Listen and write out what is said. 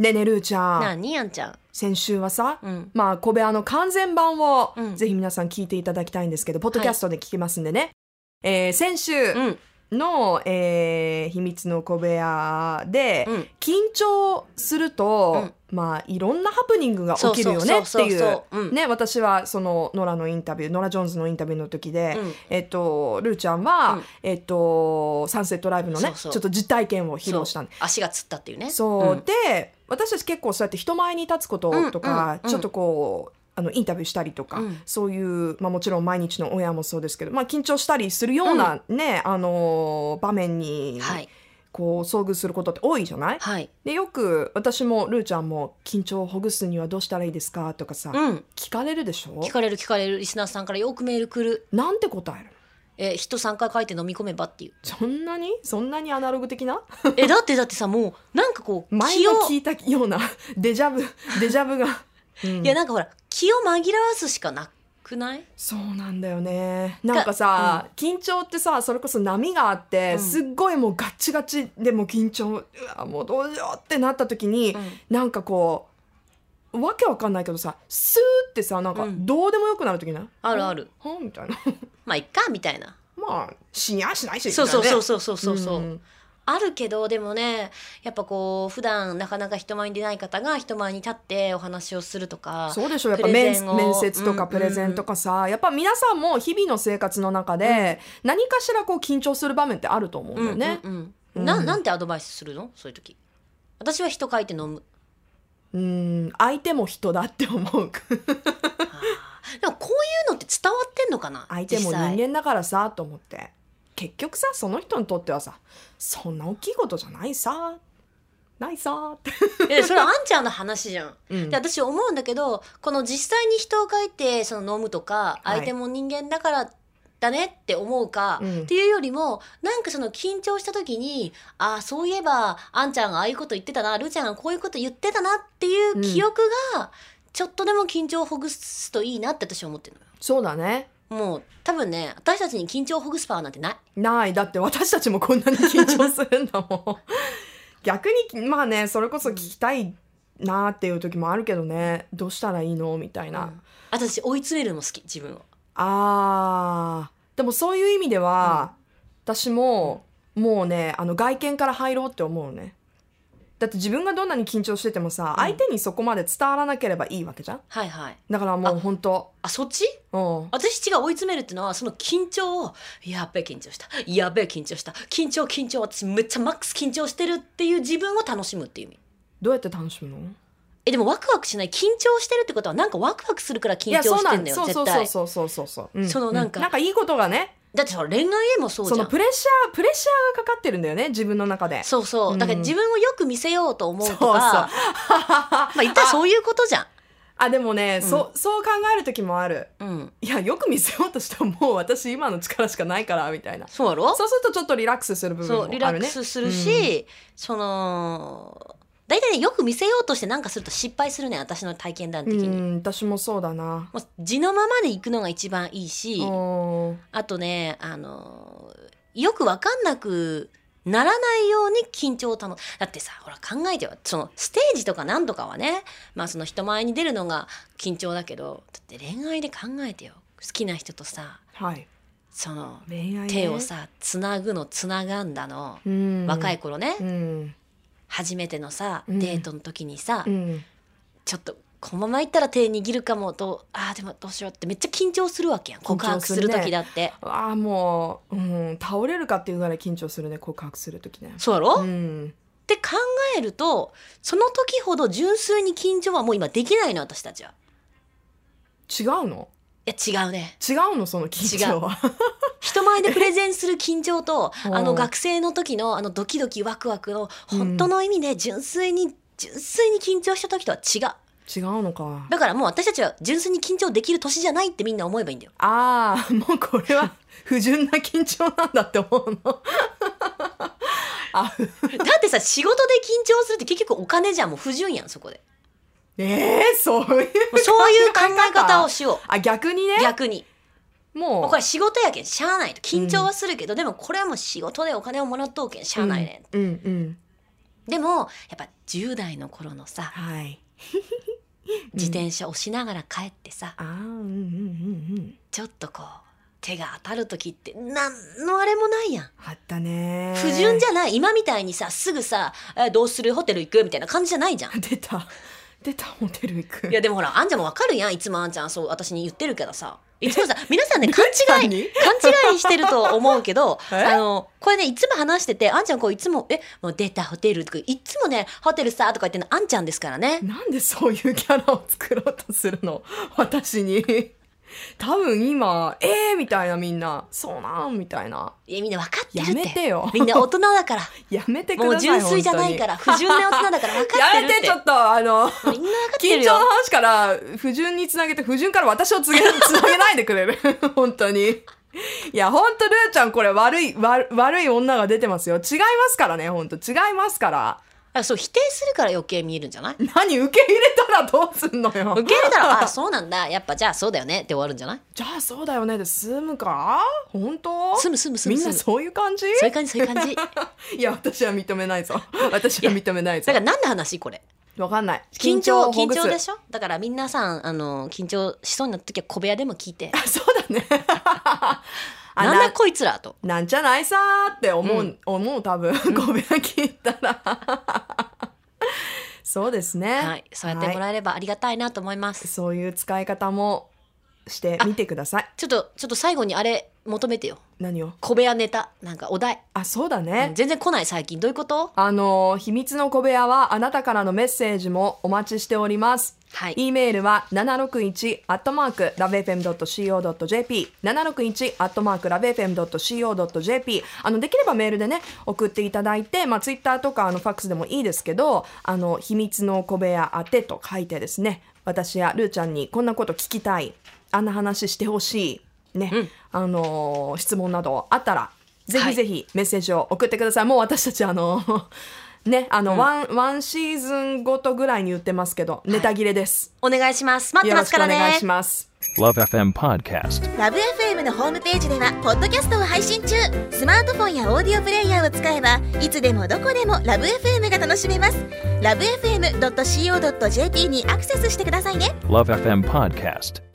ねえねえるーちゃん、 何やんちゃん。 先週はさ、 うんまあ小部屋の完全版を、 うんぜひ皆さん聞いていただきたいんですけど、ポッドキャストで聞きますんでね、先週うんの、秘密の小部屋で、 うん緊張すると、まあいろんなハプニングが起きるよねってそうそういそうう、 ね、私はそのノラのインタビュー、ノラ・ジョーンズのインタビューの時で、ルーちゃんは、サンセットライブのね、 そうそうちょっと実体験を披露したんで、 足がつったっていうね。 そう、で私たち結構そうやって人前に立つこととか、 うんちょっとこうインタビューしたりとか、そういう、まあ、もちろん毎日のオンエアもそうですけど、まあ、緊張したりするような、ね場面に、 はいこう遭遇することって多いじゃない、 はい。 でよく私もルーちゃんも緊張をほぐすにはどうしたらいいですかとかさ、聞かれるでしょ。 聞かれるリスナーさんからよくメール来る。 なんて答える？ 人3回書いて飲み込めばっていう。 そんなにアナログ的なだってさ、もうなんかこう前気をも聞いたようなデジャブが、 いやなんかほら気を紛らわすしかなくない？ そうなんだよね。なんかさ、緊張ってさ、それこそ波があって、すっごいもうガッチガチでも緊張、うわもうどうしようってなった時に、なんかこうわけわかんないけどさ、スーってさ、なんかどうでもよくなる時ない？ あるある。 はみたいなまあいっかみたいな。 まあ死にやしないし、 そう、 うんあるけど、でもねやっぱこう普段なかなか人前に出ない方が人前に立ってお話をするとか、 そうでしょ。やっぱプレゼンを面接とかプレゼンとかさ、やっぱ皆さんも日々の生活の中で何かしらこう緊張する場面ってあると思うんだよね。 なんてアドバイスするの？そういう時。私は人書いて飲む。 相手も人だって思うでもこういうのって伝わってんのかな？ 相手も人間だからさと思って、結局さその人にとってはさそんな大きいことじゃないさってそれはあんちゃんの話じゃん、で私思うんだけど、この実際に人を書いてその飲むとか、相手も人間だからだねって思うか、っていうよりもなんかその緊張した時に、そういえばあんちゃんがああいうこと言ってたな、るーちゃんがこういうこと言ってたなっていう記憶がちょっとでも緊張をほぐすといいなって私は思ってるのよ。 そうだね。 もう多分ね、私たちに緊張をほぐすパワーなんてない。 だって私たちもこんなに緊張するんだもん逆にまあね、それこそ聞きたいなっていう時もあるけどね、どうしたらいいのみたいな、 私追い詰めるの好き、自分を。 でもそういう意味では、私ももうね外見から入ろうって思うね。だって自分がどんなに緊張しててもさ、相手にそこまで伝わらなければいいわけじゃん。 はいはい。 だからもう本当そっち？私違う、追い詰めるっていうのはその緊張を、やべえ緊張した緊張、私めっちゃマックス緊張してるっていう自分を楽しむっていう意味。 どうやって楽しむの？ でもワクワクしない。緊張してるってことはなんかワクワクするから緊張してんだよ、絶対。 そう、 そのなんかいいことがね。 だってさ、恋愛でもそうじゃん。 そのプレッシャーがかかってるんだよね、自分の中で。 そう、だから自分をよく見せようと思うとか、まあ言ったらそういうことじゃん。 でもね、そう考える時もある、いやよく見せようとしてももう私今の力しかないからみたいな。 そうやろ？ そうするとちょっとリラックスする部分もあるね。 リラックスするし、その大体ね、よく見せようとしてなんかすると失敗するね、私の体験談的に。 私もそうだな。 もう地のままで行くのが一番いいし、あとね、よくわかんなくならないように緊張をだってさ、ほら考えてよ、そのステージとかなんとかはね、まあその人前に出るのが緊張だけど、だって恋愛で考えてよ、好きな人とさ、その手をさつなぐのつながんだの、若い頃ね、初めてのさデートの時にさ、ちょっとこのままいったら手握るかもと、でもどうしようってめっちゃ緊張するわけやん、告白する時だって。 もう、倒れるかっていうぐらい緊張するね、告白する時ね。 そうやろ？って考えると、その時ほど純粋に緊張はもう今できないの、私たちは。 違うの？ いや違うね。 違うの、その緊張は。 人前でプレゼンする緊張と学生の時のドキドキワクワクの本当の意味で純粋に緊張した時とは違うのか。 だからもう私たちは純粋に緊張できる年じゃないってみんな思えばいいんだよ。 もうこれは不純な緊張なんだって思うのだってさ、仕事で緊張するって結局お金じゃん、もう不純やん、そこで。 そういう考え方をしよう。逆にね。 逆にもうこれ仕事やけんしゃあないと。緊張はするけど、でもこれはもう仕事でお金をもらっとうけんしゃあないね、 でもやっぱ10代の頃のさ、 はい、 自転車押しながら帰ってさ、ちょっとこう手が当たる時って何のあれもないやん。 あったね。 不純じゃない。今みたいにさすぐさどうするホテル行くみたいな感じじゃないじゃん。 出たホテル行く。 いやでもほらあんちゃんもわかるやん。いつもあんちゃんそう私に言ってるけどさ、いつもさ皆さんね勘違いしてると思うけどこれねいつも話しててあんちゃんこういつももう出たホテルとかいつもねホテルさとか言ってるのあんちゃんですからね。 なんでそういうキャラを作ろうとするの私に。多分今みたいな、みんなそうなんみたいな。 みんな分かってるって。 やめてよ。 みんな大人だからやめてください。 もう純粋じゃないから不純な大人だから分かってるって。 やめてちょっとみんな分かってるよ。 緊張の話から不純につなげて不純から私をつなげないでくれる本当に。いや本当ルーちゃんこれ悪い女が出てますよ。違いますからね、本当違いますから。 そう否定するから余計見えるんじゃない？ 何受け入れたらどうすんのよ。 受け入れたらそうなんだやっぱじゃあそうだよねって終わるんじゃない？ じゃあそうだよねで済むか？本当？ 済むみんなそういう感じ？ そういう感じいや私は認めないぞ。私は認めないぞ。 だから何の話これ？わかんない。 緊張でしょ。だから皆さん緊張しそうになった時は小部屋でも聞いて。 そうだね。 なんだこいつらとなんじゃないさーって思う多分小部屋聞いたらそうですね、 はい、そうやってもらえればありがたいなと思います、 そういう使い方もしてみてください。 ちょっと最後にあれ求めてよ。 何を？ 小部屋ネタなんかお題。 そうだね、 全然来ない最近。どういうこと？ 秘密の小部屋はあなたからのメッセージもお待ちしております。 はい、 E メールは 761@lovefm.co.jp 761@lovefm.co.jp できればメールでね送っていただいて、ツイッターとかファックスでもいいですけど秘密の小部屋宛てと書いてですね、私やルーちゃんにこんなこと聞きたい、あんな話してほしいね、質問などあったらぜひぜひメッセージを送ってください。もう私たちね、ワンシーズンごとぐらいに言ってますけど、ネタ切れです。 お願いします。待ってますからね。 よろしくお願いします。 LoveFM Podcast。 LoveFM のホームページではポッドキャストを配信中。スマートフォンやオーディオプレイヤーを使えばいつでもどこでも LoveFM が楽しめます。LoveFM.co.jp にアクセスしてくださいね。 LoveFM Podcast。